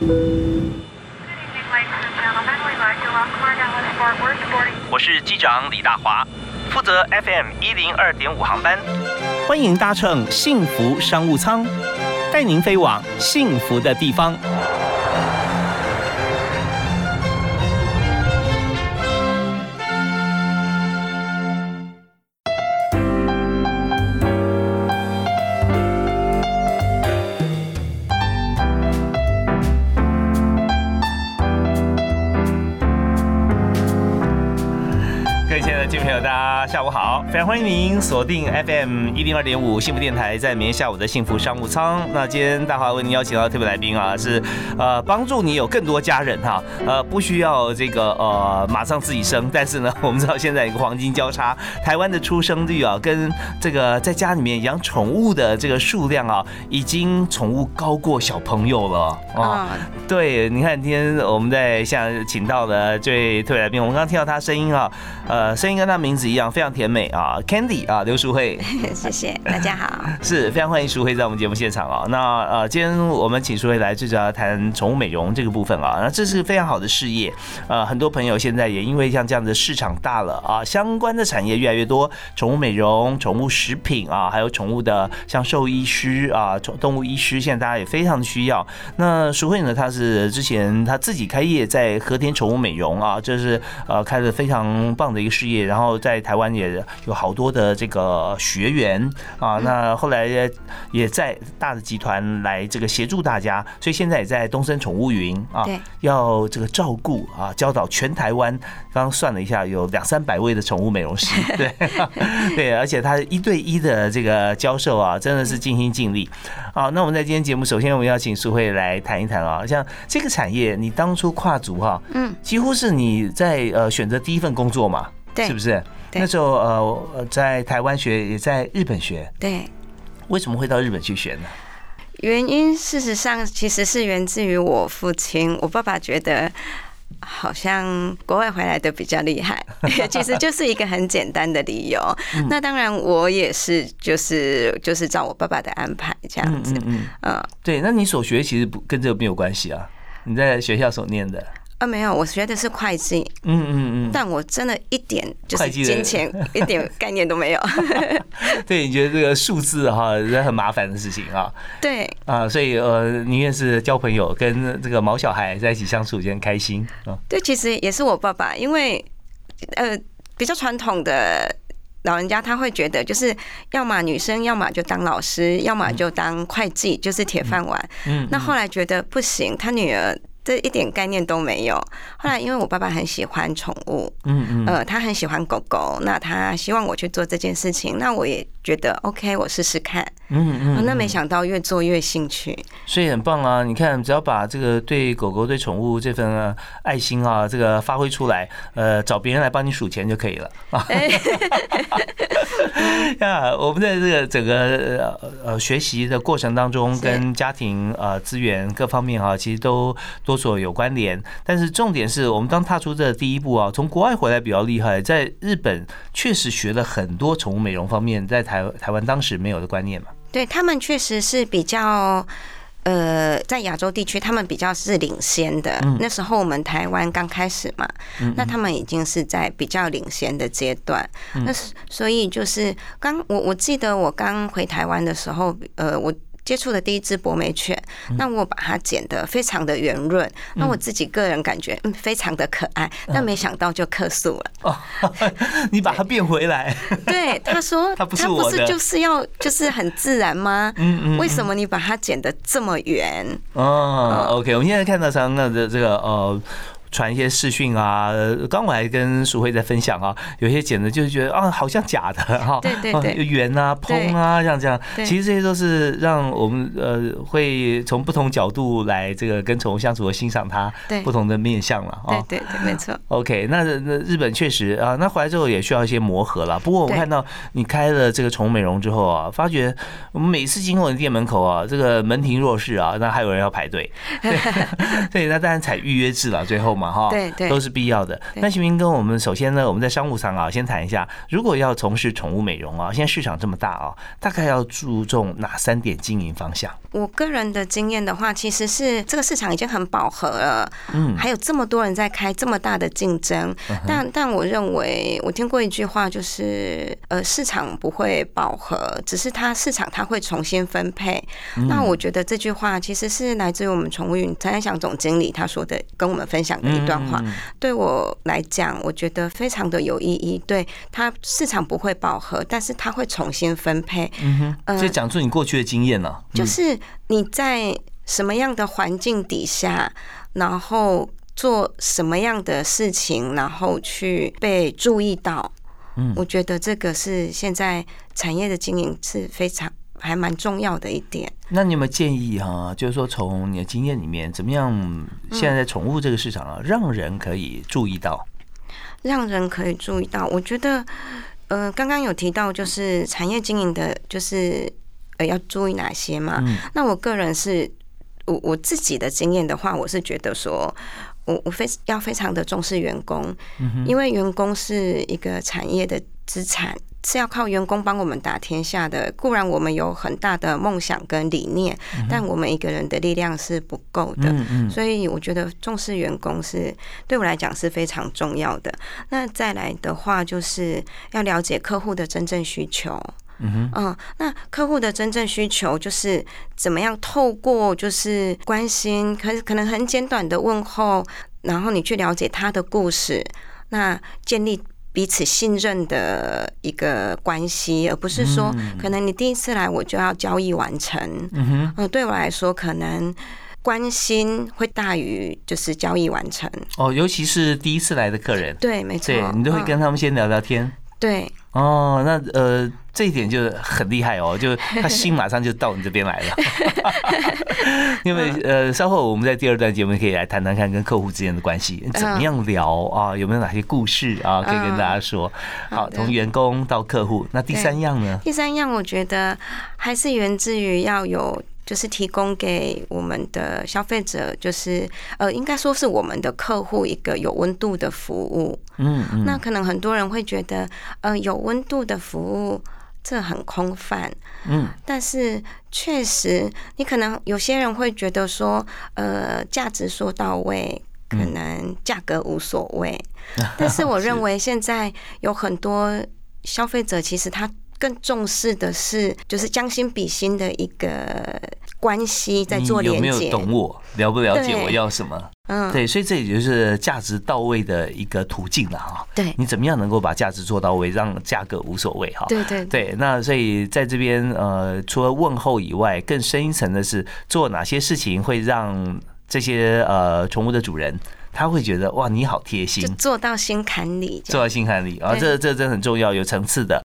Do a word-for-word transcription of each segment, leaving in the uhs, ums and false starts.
我是机长李大华，负责 F M 一零二点五航班，欢迎搭乘幸福商务舱，带您飞往幸福的地方。听众朋友，大家下午好，非常欢迎您锁定 F M 一零二点五幸福电台，在每天下午的幸福商务舱。那今天大华为您邀请到特别来宾啊，是呃帮助你有更多家人哈，呃不需要这个呃马上自己生，但是呢，我们知道现在有个黄金交叉，台湾的出生率啊，跟这个在家里面养宠物的这个数量啊，已经宠物高过小朋友了啊。对，你看今天我们在像请到的这位特别来宾，我们刚刚听到他声音啊，呃声音跟他名字一样，非常甜美啊 ，Candy 啊，刘淑慧， 谢谢大家好， 是非常欢迎淑慧在我们节目现场啊。那呃，今天我们请淑慧来，最主要谈宠物美容这个部分啊。那这是非常好的事业，呃，很多朋友现在也因为像这样的市场大了啊，相关的产业越来越多，宠物美容、宠物食品啊，还有宠物的像兽医师啊、动物医师，现在大家也非常的需要。那淑慧呢，她是之前她自己开业在和田宠物美容啊，这是呃开了非常棒的一个事业，然后在台湾也有好多的这个学员啊，那后来也在大的集团来这个协助大家，所以现在也在东森宠物云啊，要这个照顾啊，教导全台湾，刚刚算了一下，有两三百位的宠物美容师，对对，而且他一对一的这个教授啊，真的是尽心尽力啊。那我们在今天节目，首先我们要请淑慧来谈一谈啊，像这个产业，你当初跨足哈，嗯，几乎是你在呃选择第一份工作嘛。 对， 是不是？那时候呃，在台湾学，也在日本学。 对， 为什么会到日本去学呢？ 原因事实上其实是源自于我父亲，我爸爸觉得好像国外回来的比较厉害，其实就是一个很简单的理由。嗯、那当然我也是，就是就是照我爸爸的安排这样子。嗯嗯嗯，呃、对， 那你所学其实不跟这个没有关系啊，你在学校所念的。 啊，没有，我学的是会计，嗯嗯嗯，但我真的一点就是金钱一点概念都没有。 对，你觉得这个数字哈是很麻烦的事情啊？ 对啊，所以呃，宁愿是交朋友，跟这个毛小孩在一起相处，就很开心啊。 对，其实也是我爸爸，因为呃比较传统的老人家他会觉得，就是要么女生，要么就当老师，要么就当会计，就是铁饭碗。嗯，那后来觉得不行，他女儿这一点概念都没有。后来因为我爸爸很喜欢宠物，嗯嗯，呃，他很喜欢狗狗，那他希望我去做这件事情，那我也觉得 OK， 我试试看。嗯嗯，那没想到越做越兴趣， 所以很棒啊！你看，只要把这个对狗狗、对宠物这份爱心啊，这个发挥出来，呃，找别人来帮你数钱就可以了啊。呀，我们在这个整个呃学习的过程当中，跟家庭呃资源各方面啊，其实都多所有关联。但是重点是我们刚踏出这第一步啊，从国外回来比较厉害，在日本确实学了很多宠物美容方面在台台湾当时没有的观念嘛。 对，他们确实是比较，呃，在亚洲地区他们比较是领先的。嗯、那时候我们台湾刚开始嘛，嗯、那他们已经是在比较领先的阶段。嗯、那所以就是刚我我记得我刚回台湾的时候，呃，我接触的第一只博美犬，那我把它剪得非常的圆润，那我自己个人感觉嗯非常的可爱，但没想到就客诉了。哦， 你把它变回来？ 对，他说他不是我的， 他不是就是要就是很自然吗？嗯嗯，为什么你把它剪得这么圆？ 哦 ，OK， 我们现在看到常常的这个呃。传一些视讯啊，刚我还跟淑慧在分享啊，有些剪的就是觉得啊，好像假的哈， 对对对， 圆啊、蓬啊，像这样，其实这些都是让我们呃会从不同角度来这个跟宠物相处和欣赏它不同的面向了啊。 对对对，没错。 OK， 那那日本确实啊，那回来之后也需要一些磨合了。不过我们看到你开了这个宠物美容之后啊，发觉我们每次经过你店门口啊，这个门庭若市啊，那还有人要排队。对，对，那当然采预约制了，最后。 对对， 都是必要的。那请您跟我们首先呢，我们在商务舱啊，先谈一下，如果要从事宠物美容啊，现在市场这么大啊，大概要注重哪三点经营方向？ 我个人的经验的话，其实是这个市场已经很饱和了，嗯，还有这么多人在开，这么大的竞争，嗯、但但我认为，我听过一句话，就是呃，市场不会饱和，只是它市场它会重新分配。嗯、那我觉得这句话其实是来自于我们宠物云陈安祥总经理他说的，跟我们分享的一段话。嗯、对我来讲，我觉得非常的有意义。对，它市场不会饱和，但是它会重新分配。 嗯哼，呃、所以讲出你过去的经验了、啊， 就是你在什么样的环境底下，然后做什么样的事情，然后去被注意到。嗯，我觉得这个是现在产业的经营是非常还蛮重要的一点。 那你有没有建议啊？就是说从你的经验里面，怎么样现在在宠物这个市场啊，让人可以注意到？ 让人可以注意到，我觉得，呃，刚刚有提到就是产业经营的，就是呃要注意哪些嘛？嗯、那我个人是，我我自己的经验的话，我是觉得说。我我非要非常的重视员工，嗯、因为员工是一个产业的资产，是要靠员工帮我们打天下的。固然我们有很大的梦想跟理念，嗯、但我们一个人的力量是不够的，嗯嗯、所以我觉得重视员工是对我来讲是非常重要的。那再来的话，就是要了解客户的真正需求。嗯嗯，那客户的真正需求就是怎么样透过就是关心，可可能很简短的问候，然后你去了解他的故事，那建立彼此信任的一个关系，而不是说可能你第一次来我就要交易完成。嗯哼，呃，对我来说可能关心会大于就是交易完成。 哦，尤其是第一次来的客人， 对，没错， 对你都会跟他们先聊聊天。嗯、 对。 哦，那呃，这一点就很厉害哦，就他心马上就到你这边来了。因为呃，稍后我们在第二段节目可以来谈谈看跟客户之间的关系怎么样聊啊，有没有哪些故事啊可以跟大家说。好，从员工到客户，那第三样呢？ 第三样我觉得还是源自于要有。就是提供给我们的消费者，就是呃，应该说是我们的客户一个有温度的服务。嗯嗯。那可能很多人会觉得，呃，有温度的服务这很空泛。嗯。但是确实，你可能有些人会觉得说，呃，价值说到位，可能价格无所谓。嗯、但是我认为现在有很多消费者，其实他。更重视的是，就是将心比心的一个关系，在做连接。你有没有懂我？了不了解我要什么？嗯，对，所以这也就是价值到位的一个途径了哈。 对， 你怎么样能够把价值做到位，让价格无所谓哈？ 对对对。那所以在这边呃，除了问候以外，更深一层的是做哪些事情会让这些呃宠物的主人。他会觉得哇，你好贴心， 就做到心坎里， 做到心坎里啊，这这真很重要，有层次的。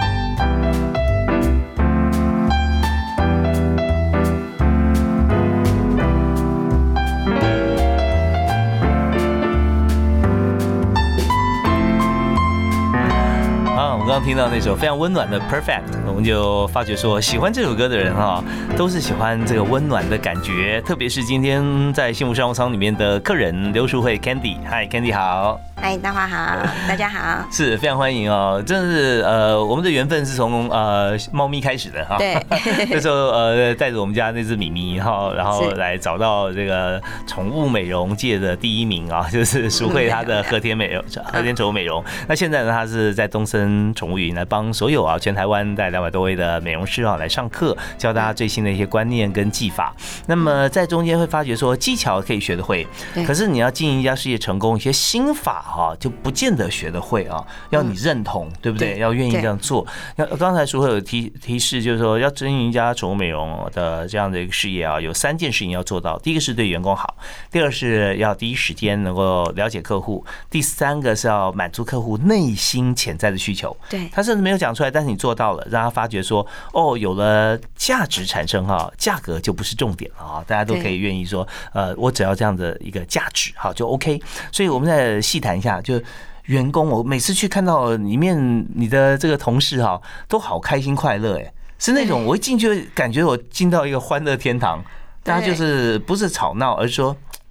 我刚刚听到那首非常温暖的 Perfect， 我们就发觉说，喜欢这首歌的人哈，都是喜欢这个温暖的感觉。特别是今天在幸福商务舱里面的客人刘淑慧 Candy， 嗨 Candy 好。 嗨，大家好，大家好， 是非常欢迎哦！真的是呃，我们的缘分是从呃猫咪开始的哈。 对， 那时候呃带着我们家那只米咪哈，然后来找到这个宠物美容界的第一名啊，就是淑慧她的和田美容、和田宠物美容。那现在呢，她是在东森宠物云来帮所有啊全台湾带两百多位的美容师啊来上课，教大家最新的一些观念跟技法。那么在中间会发觉说，技巧可以学得会，可是你要经营一家事业成功，一些心法。哈，就不见得学得会啊，要你认同，对不对？要愿意这样做。要刚才淑慧有提提示，就是说要经营一家宠物美容的这样的一个事业啊，有三件事情要做到。第一个是对员工好，第二是要第一时间能够了解客户，第三个是要满足客户内心潜在的需求。 对， 他甚至没有讲出来，但是你做到了，让他发觉说，哦，有了价值产生哈，价格就不是重点了啊，大家都可以愿意说，呃，我只要这样的一个价值，好就 OK。所以我们再细谈一下，就员工，我每次去看到里面你的这个同事哈，都好开心快乐哎，是那种我一进去感觉我进到一个欢乐天堂，大家就是不是吵闹，而是说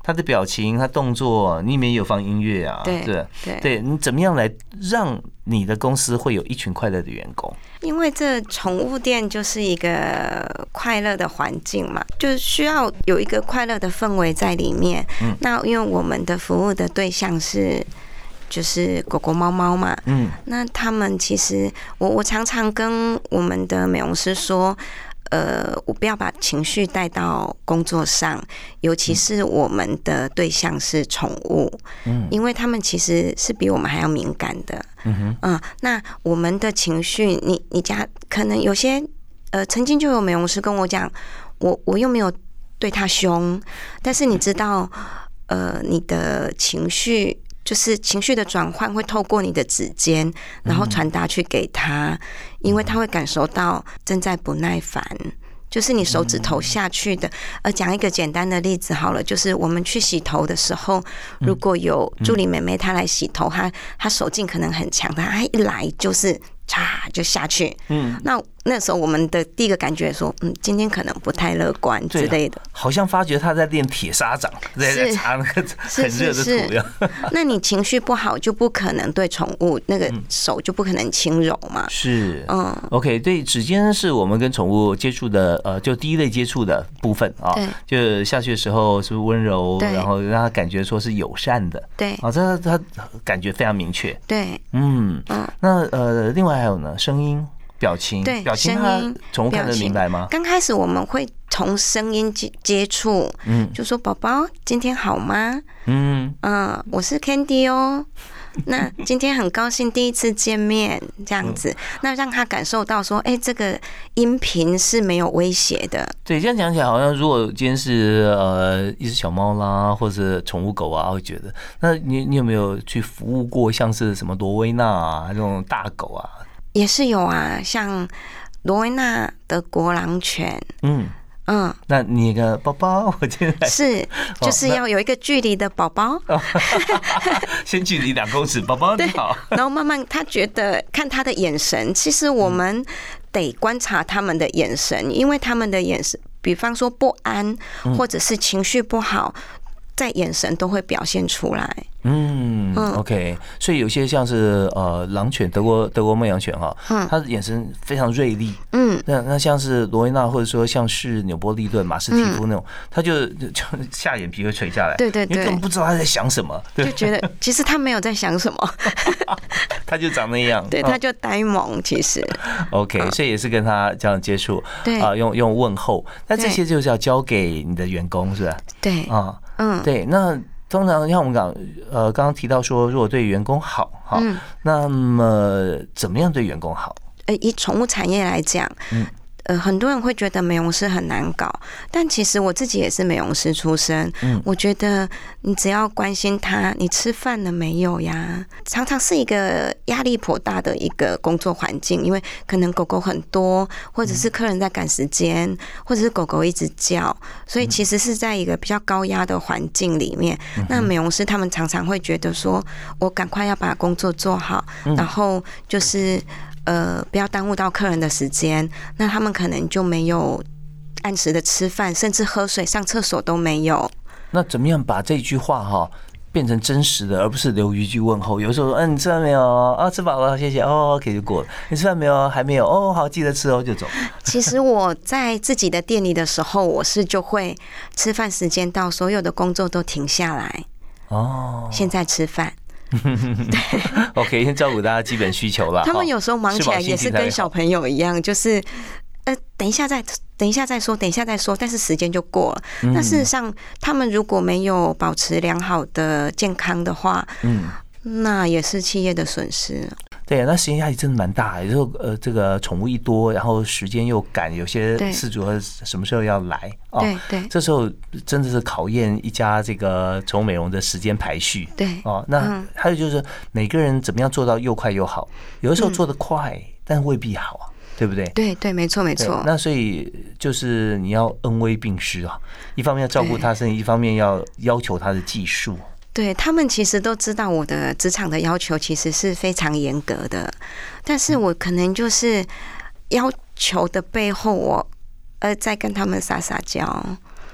他的表情、他动作，你里面也有放音乐啊， 对对对对，你怎么样来让你的公司会有一群快乐的员工？ 因为这宠物店就是一个快乐的环境嘛，就是需要有一个快乐的氛围在里面。嗯，那因为我们的服务的对象是就是狗狗、猫猫嘛，嗯，那他们其实我我常常跟我们的美容师说。呃，我不要把情绪带到工作上，尤其是我们的对象是宠物，嗯，因为他们其实是比我们还要敏感的，嗯哼，嗯，那我们的情绪，你你家可能有些，呃，曾经就有美容师跟我讲，我我又没有对他凶，但是你知道，呃，你的情绪。就是情绪的转换会透过你的指尖，然后传达去给他，因为他会感受到正在不耐烦。就是你手指头下去的，呃，讲一个简单的例子好了，就是我们去洗头的时候，如果有助理妹妹她来洗头，她她手劲可能很强，她一来就是嚓就下去，嗯，那那时候我们的第一个感觉说，嗯，今天可能不太乐观之类的， 好像发觉他在练铁砂掌，在擦那个很热的土一样。 那你情绪不好，就不可能对宠物那个手就不可能轻柔嘛。 是，嗯 ，OK， 对，指尖是我们跟宠物接触的，呃，就第一类接触的部分啊，就下去的时候是温柔，然后让他感觉说是友善的， 对， 啊，这他感觉非常明确， 对， 嗯嗯，那呃，另外还有呢，声音。表情， 对， 表情，他宠物看得明白吗？ 刚开始我们会从声音接接触，嗯，就说宝宝今天好吗？嗯嗯、呃，我是 Candy 哦。那今天很高兴第一次见面，这样子，那让他感受到说，哎、欸，这个音频是没有威胁的。 对，这样讲起来，好像如果今天是呃一只小猫啦，或者宠物狗啊，会觉得，那你你有没有去服务过像是什么罗威纳啊这种大狗啊？ 也是有啊，像罗威纳德国狼犬，嗯嗯， 那你个宝宝，我今天是就是要有一个距离的宝宝， 先距离两公尺，宝宝你好， 然后慢慢他觉得看他的眼神，其实我们得观察他们的眼神，因为他们的眼神，比方说不安或者是情绪不好。在眼神都会表现出来。 嗯 ，OK， 所以有些像是呃狼犬，德国德国牧羊犬哈，嗯，它的眼神非常锐利。嗯，那那像是罗威纳或者说像是纽波利顿、马斯蒂夫那种，它就就下眼皮会垂下来。 对对对， 你根本不知道他在想什么， 就觉得其实他没有在想什么， 他就长那样。 对，他就呆萌。其实 ，OK， 所以也是跟他这样接触， 对啊，用用问候，那这些就是要交给你的员工，是吧？ 对啊。嗯， 对，那通常像我们讲，呃，刚刚提到说，如果对员工好，哈，嗯，那么怎么样对员工好？ 呃，以宠物产业来讲，嗯。呃，很多人会觉得美容师很难搞，但其实我自己也是美容师出身。嗯，我觉得你只要关心他，你吃饭了没有呀？常常是一个压力颇大的一个工作环境，因为可能狗狗很多，或者是客人在赶时间，或者是狗狗一直叫，所以其实是在一个比较高压的环境里面。那美容师他们常常会觉得说，我赶快要把工作做好，然后就是。呃，不要耽误到客人的时间，那他们可能就没有按时的吃饭，甚至喝水、上厕所都没有。 那怎么样把这句话哈变成真实的，而不是留一句问候？有时候说，嗯，你吃饭没有？啊，吃饱了，谢谢。哦 ，OK 就过了。你吃饭没有？还没有。哦，好，记得吃哦，就走。 其实我在自己的店里的时候，我是就会吃饭时间到，所有的工作都停下来。哦，现在吃饭。 对 ，OK， 先照顾大家基本需求了。 他们有时候忙起来也是跟小朋友一样，就是呃，等一下再等一下再说，等一下再说，但是时间就过了。那事实上，他们如果没有保持良好的健康的话，嗯，那也是企业的损失。 对，那时间压力真的蛮大的。有时候呃，这个宠物一多，然后时间又赶，有些饲主什么时候要来啊？ 对对， 这时候真的是考验一家这个宠物美容的时间排序。 对哦，那还有就是每个人怎么样做到又快又好？有的时候做得快，但未必好啊，对不对？ 对对，没错没错。 那所以就是你要恩威并施啊，一方面要照顾他身体，一方面要要求他的技术。 对，他们其实都知道我的职场的要求其实是非常严格的，但是我可能就是要求的背后我呃在跟他们撒撒娇。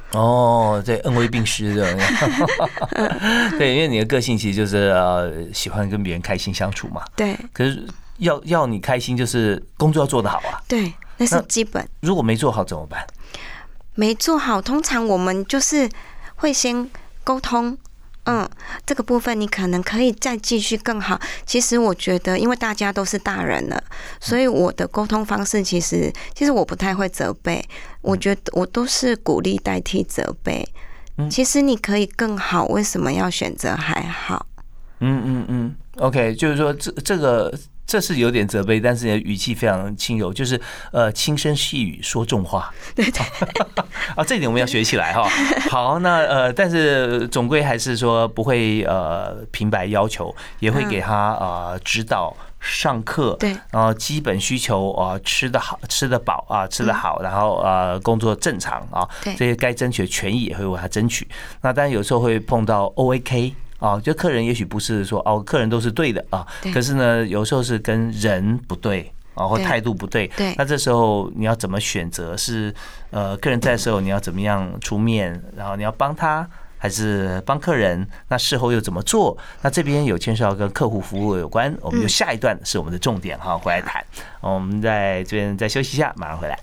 哦，对，恩威并施的。对，因为你的个性其实就是呃喜欢跟别人开心相处嘛。 对。 可是要要你开心，就是工作要做得好啊。 对，那是基本。 如果没做好怎么办？ 没做好，通常我们就是会先沟通。嗯，这个部分你可能可以再继续更好。其实我觉得，因为大家都是大人了，所以我的沟通方式其实，其实我不太会责备。我觉得我都是鼓励代替责备。其实你可以更好，为什么要选择还好？嗯嗯嗯 ，OK， 就是说这这个。这是有点责备，但是你的语气非常轻柔，就是呃轻声细语说重话。 对对。 啊，这一点我们要学起来哈。好，那呃，但是总归还是说不会呃平白要求，也会给他呃指导。上课， 对， 然后基本需求啊，吃得好，吃得饱啊，吃得好，然后呃，工作正常啊，这些该争取的权益也会为他争取。那当然有时候会碰到 O A K 啊，就客人也许不是说哦，客人都是对的啊，可是呢，有时候是跟人不对啊，或态度不对， 对， 那这时候你要怎么选择？是呃，客人在的时候你要怎么样出面，然后你要帮他。还是帮客人，那事后又怎么做？那这边有牵涉到跟客户服务有关，我们就下一段是我们的重点哈，回来谈。我们在这边再休息一下，马上回来。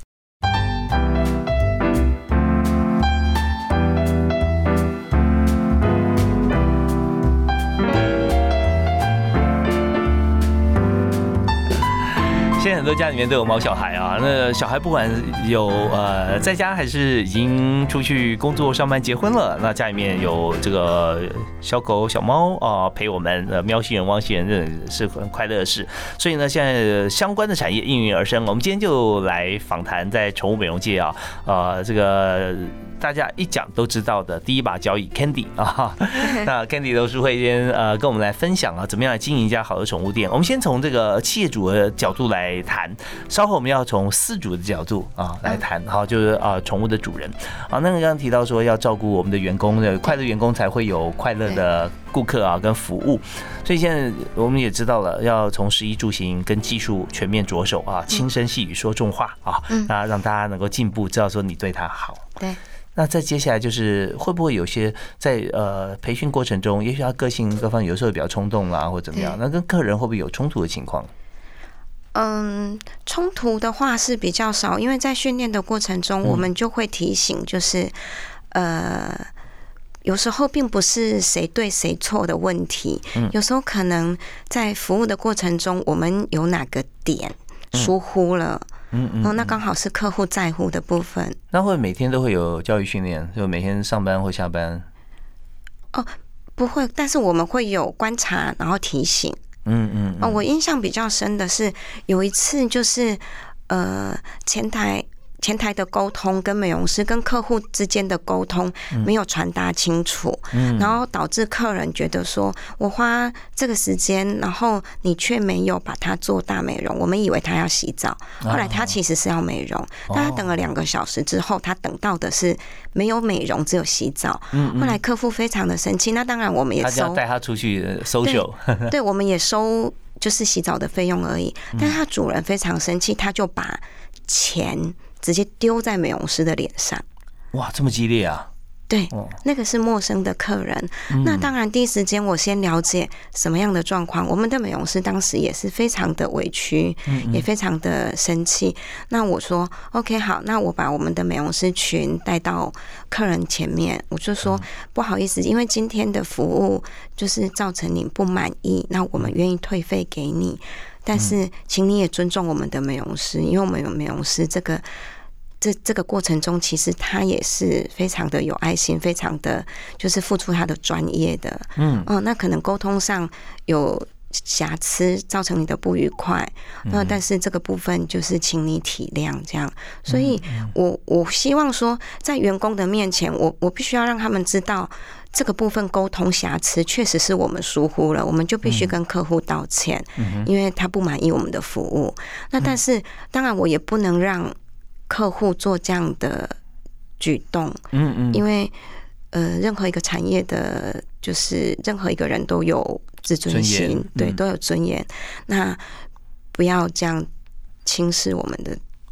现在很多家里面都有毛小孩啊，那小孩不管有呃在家还是已经出去工作、上班、结婚了，那家里面有这个小狗、小猫啊陪我们，呃，喵星人、汪星人，这是很快乐的事。所以呢，现在相关的产业应运而生。我们今天就来访谈在宠物美容界啊，呃，这个。大家一讲都知道的第一把交椅 Candy 啊，那 Candy 刘淑慧先呃跟我们来分享啊，怎么样来经营一家好的宠物店。我们先从这个企业主的角度来谈，稍后我们要从饲主的角度啊来谈，好，就是啊宠物的主人啊。那个刚刚提到说要照顾我们的员工的快乐员工才会有快乐的顾客啊跟服务，所以现在我们也知道了，要从食衣住行跟技术全面着手啊，轻声细语说重话啊，那让大家能够进步，知道说你对他好。 对。 那再接下来就是会不会有些在呃培训过程中，也许他个性各方有时候比较冲动啦，或怎么样，那跟客人会不会有冲突的情况？ 嗯，冲突的话是比较少，因为在训练的过程中，我们就会提醒，就是呃，有时候并不是谁对谁错的问题，有时候可能在服务的过程中，我们有哪个点疏忽了。嗯嗯，哦，那刚好是客户在乎的部分。 那会每天都会有教育训练，就每天上班或下班？ 哦，不会，但是我们会有观察，然后提醒。嗯嗯。哦，我印象比较深的是有一次，就是呃前台。前台的沟通跟美容师跟客户之间的沟通没有传达清楚，嗯，然后导致客人觉得说我花这个时间，然后你却没有把它做大美容，我们以为他要洗澡，后来他其实是要美容，但他等了两个小时之后，他等到的是没有美容，只有洗澡。后来客户非常的生气，那当然我们也收， 他就要带他出去 social， 对，对，我们也收就是洗澡的费用而已，但是他主人非常生气，他就把钱直接丢在美容师的脸上。 哇，这么激烈啊！ 对，那个是陌生的客人。嗯、那当然，第一时间我先了解什么样的状况。我们的美容师当时也是非常的委屈，嗯嗯也非常的生气。那我说 OK 好，那我把我们的美容师群带到客人前面，我就说、嗯、不好意思，因为今天的服务就是造成您不满意，那我们愿意退费给你，但是请你也尊重我们的美容师，因为我们有美容师这个。这这个过程中，其实他也是非常的有爱心，非常的就是付出他的专业的，嗯，哦，那可能沟通上有瑕疵，造成你的不愉快，那、嗯、但是这个部分就是请你体谅，这样，所以我我希望说，在员工的面前，我我必须要让他们知道。这个部分沟通瑕疵确实是我们疏忽了，我们就必须跟客户道歉，嗯、因为他不满意我们的服务。那但是当然我也不能让客户做这样的举动，嗯嗯，因为呃，任何一个产业的，就是任何一个人都有自尊心，尊对，都有尊严。那不要这样轻视我们的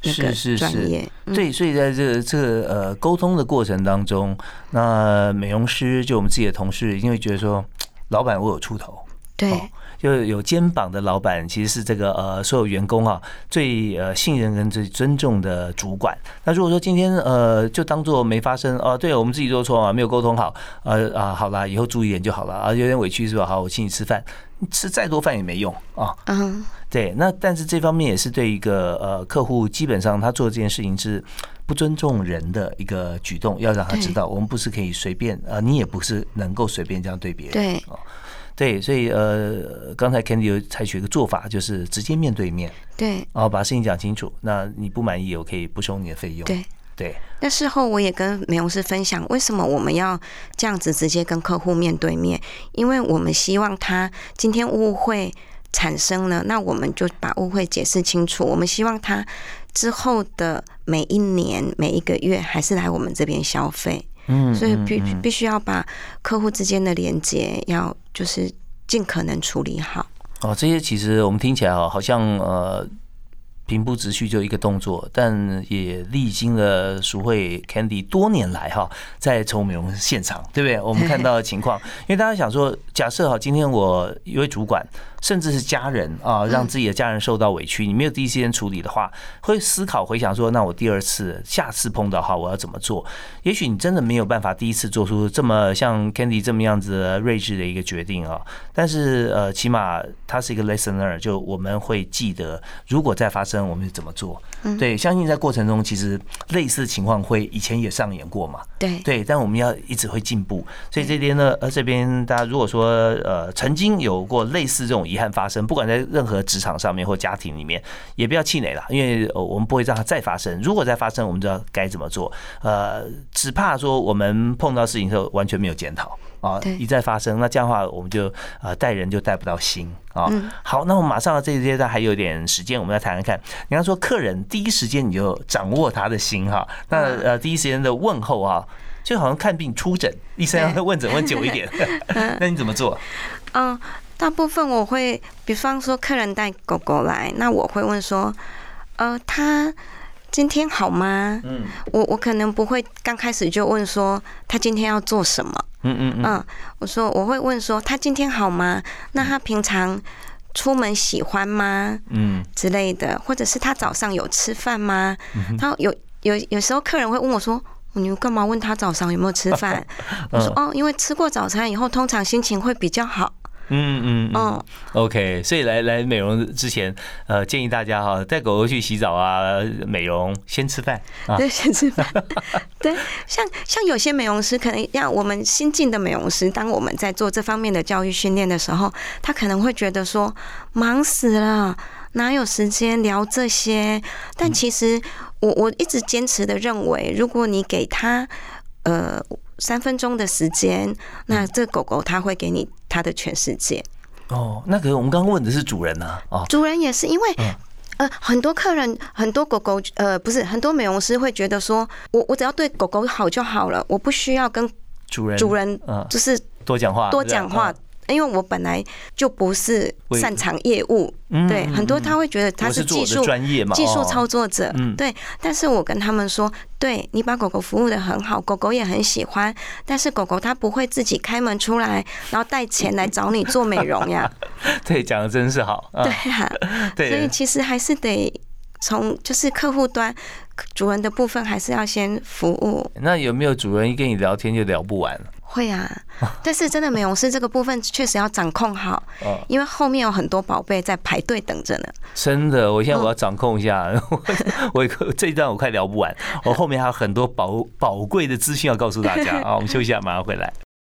那个专业。 是是是对，所以在这个这个呃沟通的过程当中，那美容师就我们自己的同事，因为觉得说，老板我有出头， 对。哦， 就有肩膀的老板，其实是这个呃所有员工啊最呃信任跟最尊重的主管。那如果说今天呃就当做没发生哦，对我们自己做错啊，没有沟通好，呃啊好啦，以后注意点就好了啊，有点委屈是吧？好，我请你吃饭，吃再多饭也没用啊。嗯，对。那但是这方面也是对一个呃客户，基本上他做这件事情是不尊重人的一个举动，要让他知道，我们不是可以随便啊，你也不是能够随便这样对别人。 对。 对，所以呃，刚才 Candy 有采取一个做法，就是直接面对面， 对， 然后把事情讲清楚。那你不满意，我可以不收你的费用。 对对。 那事后我也跟美容师分享，为什么我们要这样子直接跟客户面对面？因为我们希望他今天误会产生了，那我们就把误会解释清楚。我们希望他之后的每一年、每一个月还是来我们这边消费。嗯，所以必必须要把客户之间的连接要就是尽可能处理好。 哦，这些其实我们听起来好像呃平铺直叙就一个动作，但也历经了淑慧 Candy 多年来哈在宠物美容现场，对不对？我们看到的情况，因为大家想说，假设哈今天我一位主管，甚至是家人啊，让自己的家人受到委屈，你没有第一时间处理的话，会思考回想说，那我第二次、下次碰到哈，我要怎么做？也许你真的没有办法第一次做出这么像 Candy 这么样子的睿智的一个决定啊。但是呃，起码它是一个 listener， 就我们会记得，如果再发生，我们是怎么做。对，相信在过程中，其实类似的情况会以前也上演过嘛。 对对，但我们要一直会进步。所以这边呢，呃，这边大家如果说呃曾经有过类似这种遗憾发生，不管在任何职场上面或家庭里面，也不要气馁啦，因为我们不会让它再发生。如果再发生，我们知道该怎么做。呃，只怕说我们碰到事情的时候完全没有检讨啊，一再发生，那这样的话我们就呃带人就带不到心啊。好，那我们马上这一阶段还有点时间，我们来谈谈看。你刚说客人第一时间你就掌握他的心哈，那呃第一时间的问候啊，就好像看病出诊，医生要问诊问久一点，那你怎么做？ 嗯。大部分我会，比方说客人带狗狗来，那我会问说，呃，他今天好吗？嗯，我我可能不会刚开始就问说他今天要做什么。嗯嗯嗯，我说我会问说他今天好吗？那他平常出门喜欢吗？嗯之类的，或者是他早上有吃饭吗？他有有有时候客人会问我说，你干嘛问他早上有没有吃饭？我说哦，因为吃过早餐以后，通常心情会比较好。 嗯嗯嗯 ，OK， 所以来来美容之前，呃，建议大家哈，带狗狗去洗澡啊，美容先吃饭啊， 对，先吃饭。对，像像有些美容师，可能像我们新进的美容师，当我们在做这方面的教育训练的时候，他可能会觉得说，忙死了，哪有时间聊这些？但其实我我一直坚持的认为，如果你给他呃三分钟的时间，那这狗狗它会给你它的全世界。 哦，那可是我们刚刚问的是主人啊，哦， 主人也是因为。呃，很多客人，很多狗狗，呃，不是很多美容师会觉得说，我我只要对狗狗好就好了，我不需要跟主人主人就是多讲话多讲话。因为我本来就不是擅长业务，对，很多他会觉得他是技术专业嘛， 技术操作者，对。但是我跟他们说，对你把狗狗服务得很好，狗狗也很喜欢，但是狗狗它不会自己开门出来，然后带钱来找你做美容呀。 对，讲的真是好。 对啊，所以其实还是得从就是客户端。主人的部分还是要先服务。 那有没有主人一跟你聊天就聊不完？ 会啊，但是真的美容师这个部分确实要掌控好，因为后面有很多宝贝在排队等着呢。 真的，我现在我要掌控一下，我这一段我快聊不完，我后面还有很多宝宝贵的资讯要告诉大家啊！我们休息一下，马上回来。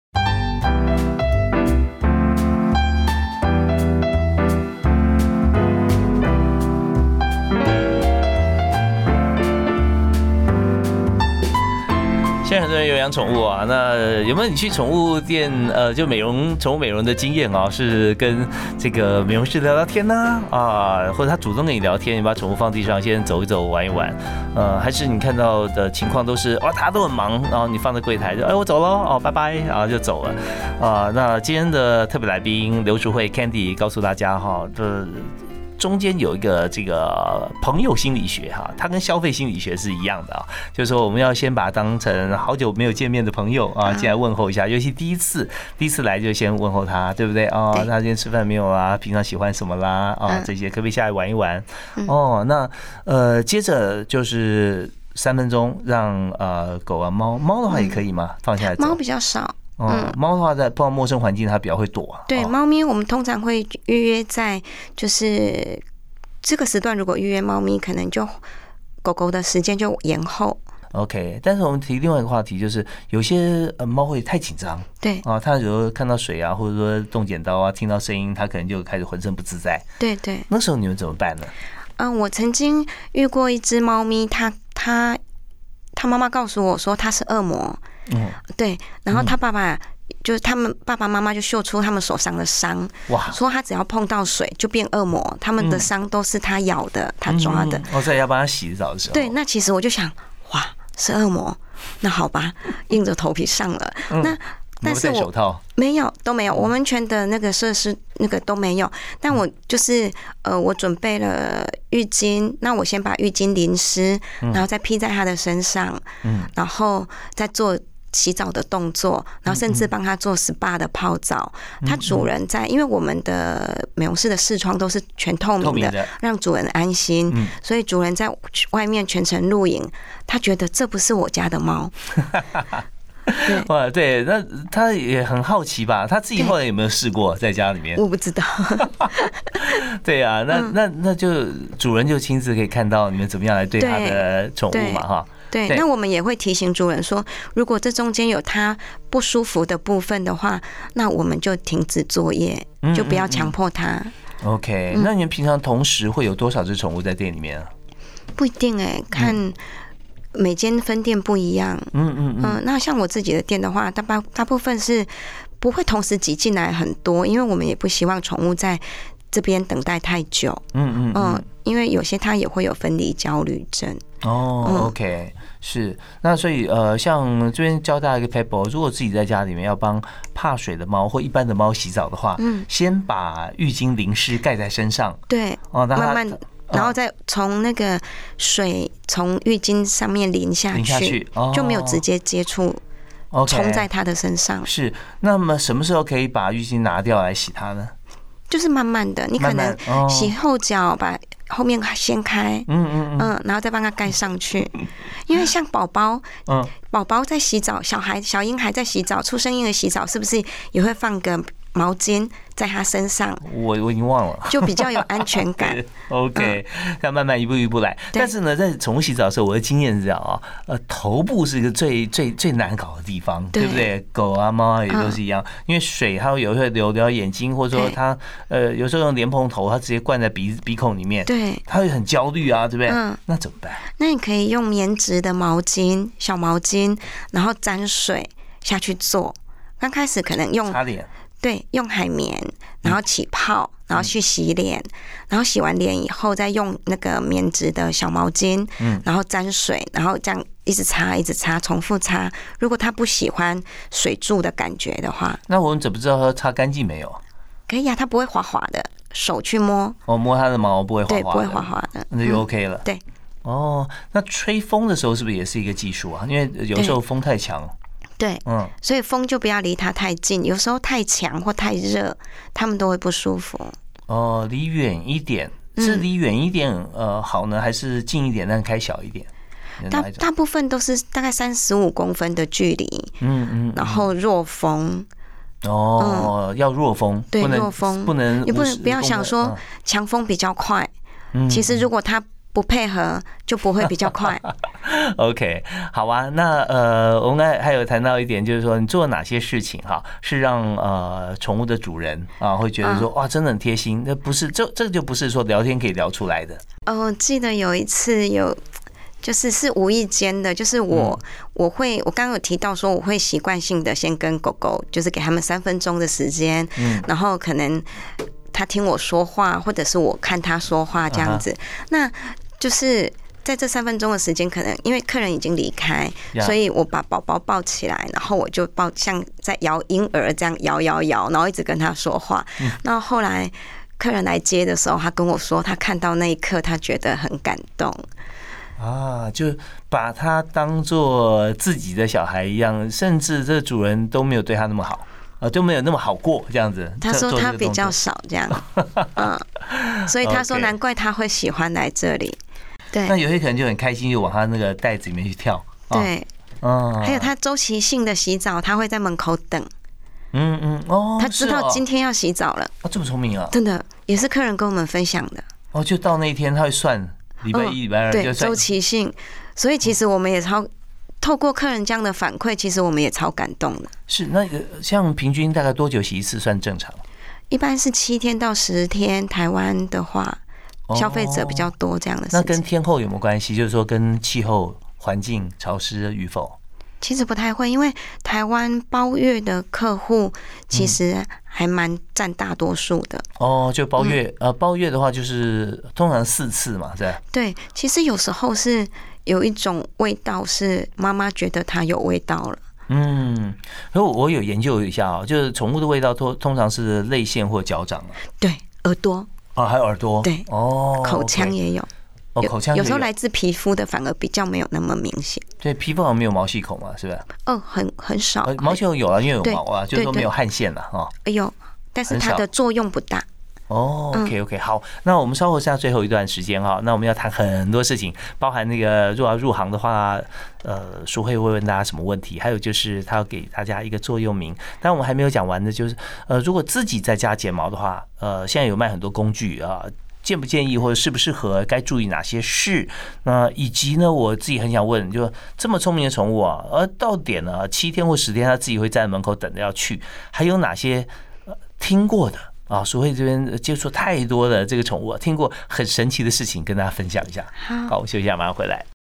现在很多人有养宠物啊，那有没有你去宠物店呃，就美容宠物美容的经验啊？是跟这个美容师聊聊天呢 啊, 啊，或者他主动跟你聊天，你把宠物放地上先走一走玩一玩，呃，还是你看到的情况都是哇，他都很忙，然后你放在柜台就哎我走了哦，拜拜，然后就走了啊。那今天的特别来宾刘淑慧 Candy 告诉大家哈，这。 中间有一个这个朋友心理学哈，它跟消费心理学是一样的啊，就是说我们要先把它当成好久没有见面的朋友啊，进来问候一下，尤其第一次第一次来就先问候他，对不对啊？他今天吃饭没有啦？平常喜欢什么啦？啊，这些可不可以下来玩一玩？哦，那呃，接着就是三分钟让呃狗啊猫猫的话也可以吗？放下来走。 猫比较少。 嗯，猫的话在碰到陌生环境，它比较会躲。 对，猫咪我们通常会预约在就是这个时段，如果预约猫咪，可能就狗狗的时间就延后。 OK， 但是我们提另外一个话题，就是有些呃猫会太紧张， 对啊，它有时候看到水啊，或者说动剪刀啊，听到声音，它可能就开始浑身不自在。 对对， 那时候你们怎么办呢？ 嗯，我曾经遇过一只猫咪，它它它妈妈告诉我说它是恶魔。嗯，对，然后他爸爸、嗯、就是他们爸爸妈妈就秀出他们手上的伤，哇，说他只要碰到水就变恶魔，他们的伤都是他咬的，嗯、他抓的。 我在要帮他洗澡的时候， 对，那其实我就想，哇，是恶魔，那好吧，硬着头皮上了。嗯、那但是我没有都没有，我们全的那个设施那个都没有。但我就是呃，我准备了浴巾，那我先把浴巾淋湿，然后再披在他的身上，嗯，然后再做洗澡的动作，然后甚至帮他做 S P A 的泡澡。他主人在，因为我们的美容室的视窗都是全透明的，让主人安心，所以主人在外面全程录影，他觉得这不是我家的猫。 哇，对，那他也很好奇吧？他自己后来有没有试过在家里面？ 我不知道。 对啊，那那那就主人就亲自可以看到你们怎么样来对他的宠物嘛，哈。 对，那我们也会提醒主人说，如果这中间有他不舒服的部分的话，那我们就停止作业，就不要强迫他。 OK， 那你们平常同时会有多少只宠物在店里面啊？ 不一定哎、欸，看每间分店不一样。嗯嗯嗯。那像我自己的店的话，大大大部分是不会同时挤进来很多，因为我们也不希望宠物在这边等待太久。嗯嗯嗯。因为有些它也会有分离焦虑症。 哦、嗯、，OK， 是。那所以呃，像这边教大家一个 paper， 如果自己在家里面要帮怕水的猫或一般的猫洗澡的话，嗯，先把浴巾淋湿盖在身上， 对，哦，慢慢。然后再从那个水从浴巾上面淋下去，淋下去、哦、就没有直接接触，冲在它的身上。 是。那么什么时候可以把浴巾拿掉来洗它呢？ 就是慢慢的，你可能洗后脚，把后面掀开，嗯嗯嗯，然后再帮它盖上去。因为像宝宝，嗯，宝宝在洗澡，小孩小婴孩在洗澡，出生婴儿洗澡，是不是也会放个毛巾在他身上？ 我我已经忘了， 就比较有安全感。 OK， 要慢慢一步一步来。但是呢，在宠物洗澡的时候，我的经验是这样啊，呃，头部是一个最最最难搞的地方，对不对？狗啊、猫啊也都是一样，因为水它有时候流到眼睛，或者说它呃有时候用莲蓬头，它直接灌在鼻鼻孔里面， 对， 它会很焦虑啊，对不对？嗯，那怎么办？ 那你可以用棉质的毛巾、小毛巾，然后沾水下去做。刚开始可能用擦脸。 对，用海绵，然后起泡，然后去洗脸，然后洗完脸以后再用那个棉质的小毛巾，嗯，然后沾水，然后这样一直擦，一直擦，重复擦。如果他不喜欢水柱的感觉的话， 那我们怎么知道他擦干净没有？ 可以啊，他不会滑滑的，手去摸， 哦，摸他的毛不会滑滑的， 对，不会滑滑的， 那就 OK 了。 嗯、对， 哦，那吹风的时候是不是也是一个技术啊？因为有时候风太强。 对，嗯，所以风就不要离它太近，有时候太强或太热，它们都会不舒服。 哦，离远一点，是离远一点呃好呢，还是近一点但开小一点？ 大大部分都是大概三十五公分的距离，嗯嗯，然后弱风。 哦，嗯、要弱风， 对，弱风不能， 也不能不要想说强风比较快，嗯、其实如果它不配合就不会比较快。 OK， 好啊。那呃，我们还有谈到一点，就是说你做哪些事情哈，是让呃宠物的主人啊会觉得说哇，真的很贴心。那不是这这个就不是说聊天可以聊出来的。 哦，我记得有一次有。就是是无意间的，就是我、嗯、我会我刚刚有提到说我会习惯性的先跟狗狗，就是给他们三分钟的时间，嗯，然后可能他听我说话，或者是我看他说话这样子，啊、那就是在这三分钟的时间，可能因为客人已经离开， yeah. 所以我把宝宝抱起来，然后我就抱像在摇婴儿这样摇摇摇，然后一直跟他说话，嗯、然后后来。 客人来接的时候，他跟我说，他看到那一刻，他觉得很感动。 啊，就把他当做自己的小孩一样，甚至这主人都没有对他那么好，呃，都没有那么好过这样子。 他说他比较少这样，嗯，所以他说难怪他会喜欢来这里。对， 那有些可能就很开心，就往他那个袋子里面去跳。 对，嗯，还有他周期性的洗澡，他会在门口等。 嗯嗯，哦， 他知道今天要洗澡了。 哦，这么聪明啊！ 真的，也是客人跟我们分享的。 哦，就到那一天他会算。礼拜一、礼拜二就对周期性，所以其实我们也超透过客人这样的反馈，其实我们也超感动的。 是，那像平均大概多久洗一次算正常？ 一般是七天到十天。台湾的话，消费者比较多这样的事情。 那跟天候有没有关系？就是说跟气候环境潮湿与否？ 其实不太会，因为台湾包月的客户其实还蛮占大多数的。 哦，就包月，嗯、呃，包月的话就是通常四次嘛，对。 对，其实有时候是有一种味道是妈妈觉得它有味道了。 嗯，可我我有研究一下啊，就是宠物的味道通通常是泪腺或脚掌啊。 对，耳朵。 哦，还有耳朵。 对， 哦， 口腔也有。 哦，口腔有, 有时候来自皮肤的反而比较没有那么明显。 对，皮肤好像没有毛细孔嘛，是不是？ 哦，很很少。 毛细孔有啊，因为有毛啊，就是说没有汗腺了啊。 哎呦，但是它的作用不大。 哦 ，OK OK， 好，那我们稍后剩下最后一段时间哈，那我们要谈很多事情，包含那个如果要入行的话，呃，淑慧会问大家什么问题，还有就是他要给大家一个座右铭。但我们还没有讲完的，就是呃，如果自己在家剪毛的话，呃，现在有卖很多工具啊。建不建议或者适不适合，该注意哪些事？那以及呢，我自己很想问，就这么聪明的宠物啊，而到点呢七天或十天，它自己会站在门口等着要去，还有哪些听过的啊？淑慧这边接触太多的这个宠物啊，听过很神奇的事情，跟大家分享一下。好，我们休息一下，马上回来。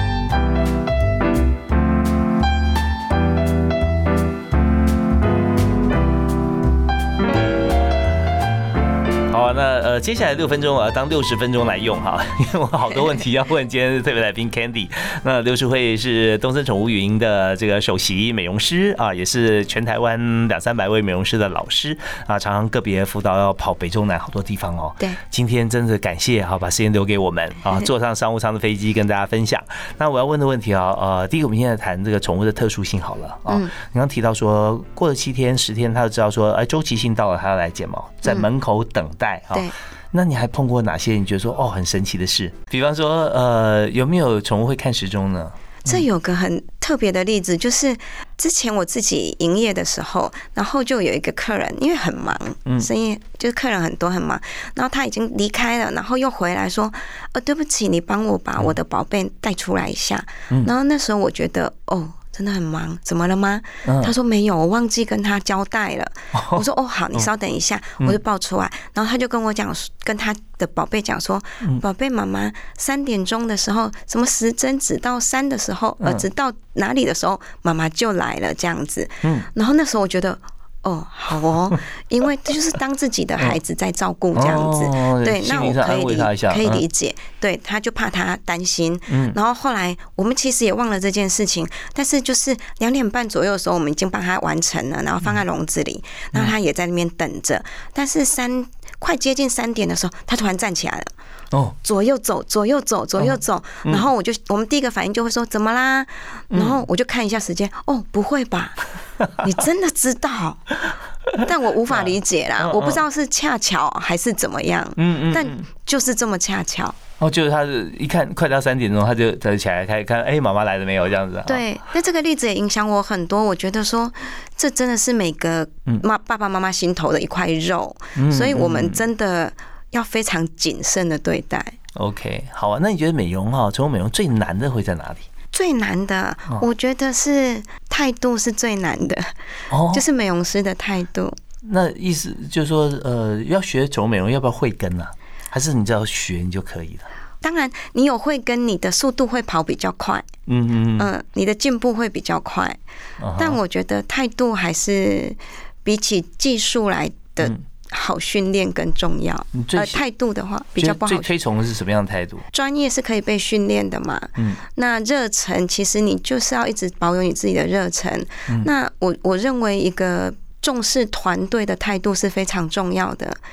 好，那呃，接下来六分钟我要当六十分钟来用哈，因为我好多问题要问。今天的特别来宾 Candy， 那刘淑慧是东森宠物语音的这个首席美容师啊，也是全台湾两三百位美容师的老师啊，常常个别辅导要跑北中南好多地方哦。 对， 今天真的感谢哈，把时间留给我们啊，坐上商务舱的飞机跟大家分享。那我要问的问题啊，呃，第一个我们现在谈这个宠物的特殊性好了啊。你刚刚提到说过了七天十天，他就知道说，哎，周期性到了，他要来剪毛，在门口等待。 对， 那你还碰过哪些你觉得说哦很神奇的事？比方说，呃，有没有宠物会看时钟呢？ 这有个很特别的例子，就是之前我自己营业的时候，然后就有一个客人，因为很忙，生意就是客人很多很忙，然后他已经离开了，然后又回来说，呃，对不起，你帮我把我的宝贝带出来一下。然后那时候我觉得，哦。真的很忙，怎么了吗？他说没有，我忘记跟他交代了。我说哦好，你稍等一下，我就抱出来。然后他就跟我讲，跟他的宝贝讲说，宝贝妈妈三点钟的时候，什么时针指到三的时候，呃，指到哪里的时候，妈妈就来了这样子。然后那时候我觉得。哦，好哦，因为这就是当自己的孩子在照顾这样子，对，那我可以理可以理解，对，他就怕他担心，然后后来我们其实也忘了这件事情，但是就是两点半左右的时候，我们已经帮他完成了，然后放在笼子里，然后他也在那边等着，但是三快接近三点的时候，他突然站起来了。哦，左右走，左右走，左右走，然后我就，我们第一个反应就会说怎么啦？然后我就看一下时间，哦，不会吧？你真的知道？但我无法理解啦，我不知道是恰巧还是怎么样。嗯嗯，但就是这么恰巧。 哦，就是他一看快到三点钟，他就他就起来开始看，哎，妈妈来了没有？这样子。 对，那这个例子也影响我很多。我觉得说，这真的是每个妈爸爸妈妈心头的一块肉，所以我们真的。要非常谨慎的对待。 OK， 好啊。那你觉得美容哈，宠物美容最难的会在哪里？ 最难的，我觉得是态度是最难的，哦、就是美容师的态度。 那意思就是说，呃，要学宠物美容，要不要慧根啊？还是你只要学你就可以了？ 当然，你有慧根，你的速度会跑比较快。嗯嗯嗯，你的进步会比较快。Uh-huh. 但我觉得态度还是比起技术来的。嗯好训练更重要，呃，态度的话比较不好。 最推崇的是什么样的态度？ 专业是可以被训练的嘛？嗯，那热忱其实你就是要一直保有你自己的热忱。嗯、那我我认为一个重视团队的态度是非常重要的，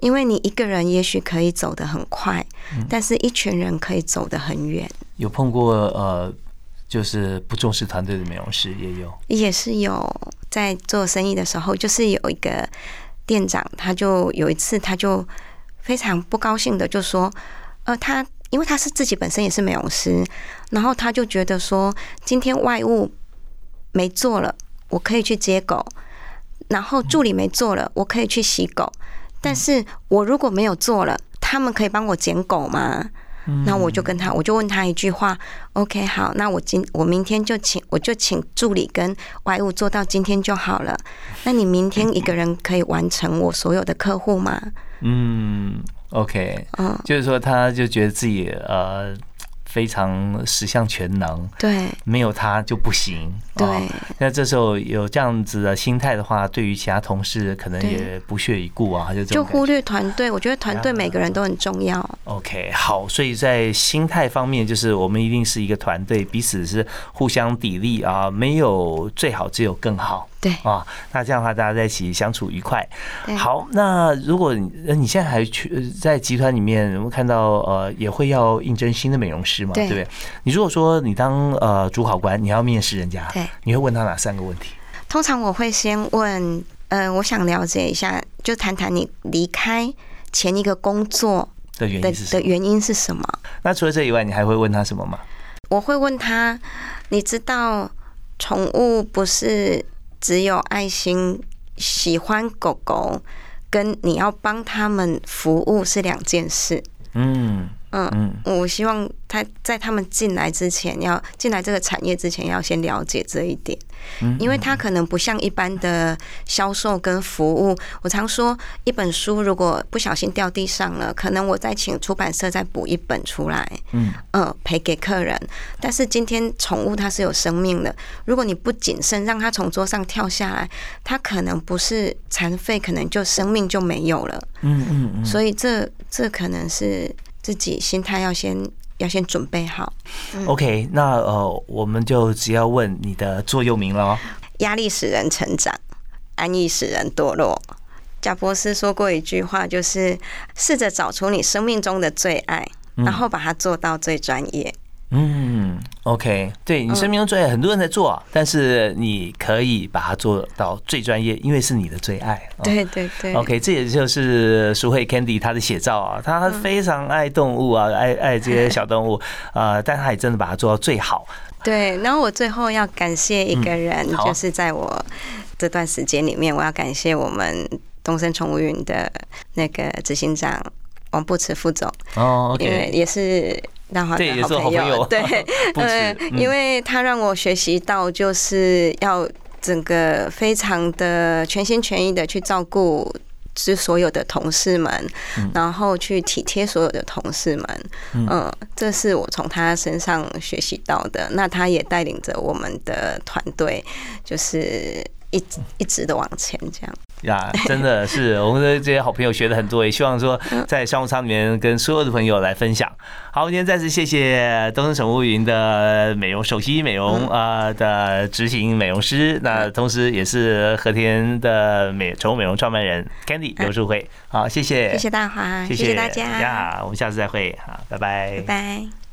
因为你一个人也许可以走得很快，嗯、但是一群人可以走得很远。 有碰过呃，就是不重视团队的美容师也有， 也是有。在做生意的时候，就是有一个店长，他就有一次他就非常不高兴的就说，呃，他因为他是自己本身也是美容师，然后他就觉得说，今天外务没做了，我可以去接狗，然后助理没做了，我可以去洗狗，但是我如果没有做了，他们可以帮我捡狗吗？那我就跟他，我就问他一句话 ，OK， 好，那我今我明天就请，我就请助理跟外务做到今天就好了。那你明天一个人可以完成我所有的客户吗？ 嗯 ，OK， 嗯，就是说他就觉得自己呃。非常十项全能， 对， 没有他就不行。 对， 哦、那这时候有这样子的心态的话，对于其他同事可能也不屑一顾啊，就就忽略团队。我觉得团队每个人都很重要。 OK， 好，所以在心态方面，就是我们一定是一个团队，彼此是互相砥砺啊，没有最好，只有更好。 对啊，那这样的话，大家在一起相处愉快。好，那如果你现在还去在集团里面，我们看到呃也会要应征新的美容师嘛，对不对？你如果说你当呃主考官，你要面试人家， 对， 你会问他哪三个问题？ 通常我会先问，呃，我想了解一下，就谈谈你离开前一个工作的原因是什么？ 的原因是什么？ 那除了这以外，你还会问他什么吗？ 我会问他，你知道宠物不是只有爱心，喜欢狗狗，跟你要帮他们服务是两件事。嗯嗯，我希望他在他们进来之前，要进来这个产业之前，要先了解这一点，因为他可能不像一般的销售跟服务。我常说，一本书如果不小心掉地上了，可能我再请出版社再补一本出来，嗯嗯，赔给客人。但是今天宠物它是有生命的，如果你不谨慎，让它从桌上跳下来，它可能不是残废，可能就生命就没有了。嗯嗯嗯，所以这这可能是自己心态要先要先准备好。 嗯、OK， 那呃，我们就只要问你的座右铭了哦。 压力使人成长，安逸使人堕落。贾博士说过一句话，就是试着找出你生命中的最爱，然后把它做到最专业。 嗯 ，OK， 对你生命中最爱，很多人在做，但是你可以把它做到最专业，因为是你的最爱。 对对对 ，OK， 这也就是淑慧 Candy 她的写照啊，她非常爱动物啊，爱爱这些小动物，呃，但她也真的把它做到最好。 对，然后我最后要感谢一个人，嗯、就是在我这段时间里面，我要感谢我们东森宠物云的那个执行长王不辞副总哦， okay、因为也是。那好的好朋友，对，呃，因为他让我学习到，就是要整个非常的全心全意的去照顾是所有的同事们，然后去体贴所有的同事们，嗯，这是我从他身上学习到的。那他也带领着我们的团队，就是一一直的往前，这样。 呀，真的是我们的这些好朋友学的很多，也希望说在商务舱里面跟所有的朋友来分享。好，今天再次谢谢东森宠物云的美容首席美容呃的执行美容师，那同时也是和田的美宠物美容创办人 Candy 刘淑慧。好，谢谢， 谢谢大华，谢谢大家呀， 我们下次再会，好，拜拜， 拜拜。